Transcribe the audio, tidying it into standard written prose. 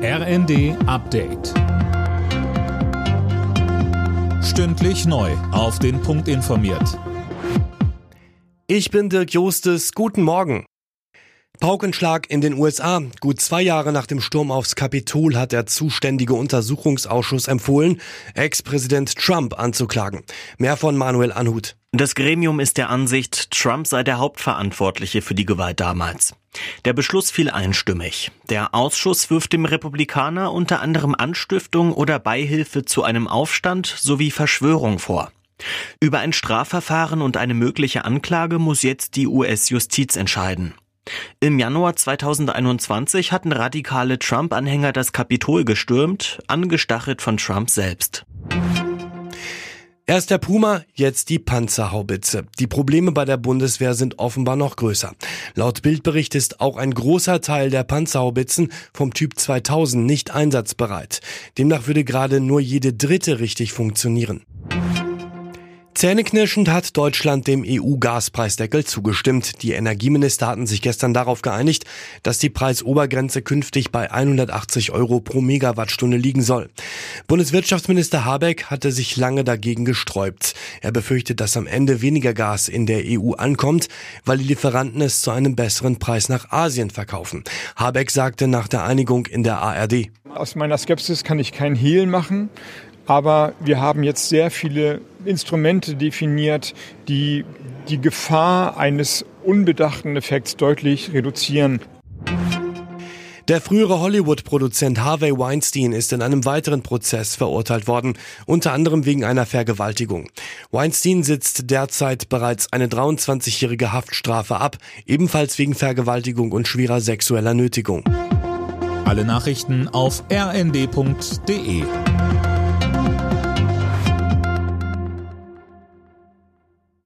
RND Update. Stündlich neu auf den Punkt informiert. Ich bin Dirk Jostes, guten Morgen. Paukenschlag in den USA. Gut 2 Jahre nach dem Sturm aufs Kapitol hat der zuständige Untersuchungsausschuss empfohlen, Ex-Präsident Trump anzuklagen. Mehr von Manuel Anhut. Das Gremium ist der Ansicht, Trump sei der Hauptverantwortliche für die Gewalt damals. Der Beschluss fiel einstimmig. Der Ausschuss wirft dem Republikaner unter anderem Anstiftung oder Beihilfe zu einem Aufstand sowie Verschwörung vor. Über ein Strafverfahren und eine mögliche Anklage muss jetzt die US-Justiz entscheiden. Im Januar 2021 hatten radikale Trump-Anhänger das Kapitol gestürmt, angestachelt von Trump selbst. Erst der Puma, jetzt die Panzerhaubitze. Die Probleme bei der Bundeswehr sind offenbar noch größer. Laut Bildbericht ist auch ein großer Teil der Panzerhaubitzen vom Typ 2000 nicht einsatzbereit. Demnach würde gerade nur jede dritte richtig funktionieren. Zähneknirschend hat Deutschland dem EU-Gaspreisdeckel zugestimmt. Die Energieminister hatten sich gestern darauf geeinigt, dass die Preisobergrenze künftig bei 180 € pro Megawattstunde liegen soll. Bundeswirtschaftsminister Habeck hatte sich lange dagegen gesträubt. Er befürchtet, dass am Ende weniger Gas in der EU ankommt, weil die Lieferanten es zu einem besseren Preis nach Asien verkaufen. Habeck sagte nach der Einigung in der ARD: Aus meiner Skepsis kann ich kein Hehl machen. Aber wir haben jetzt sehr viele Instrumente definiert, die die Gefahr eines unbedachten Effekts deutlich reduzieren. Der frühere Hollywood-Produzent Harvey Weinstein ist in einem weiteren Prozess verurteilt worden, unter anderem wegen einer Vergewaltigung. Weinstein sitzt derzeit bereits eine 23-jährige Haftstrafe ab, ebenfalls wegen Vergewaltigung und schwerer sexueller Nötigung. Alle Nachrichten auf rnd.de.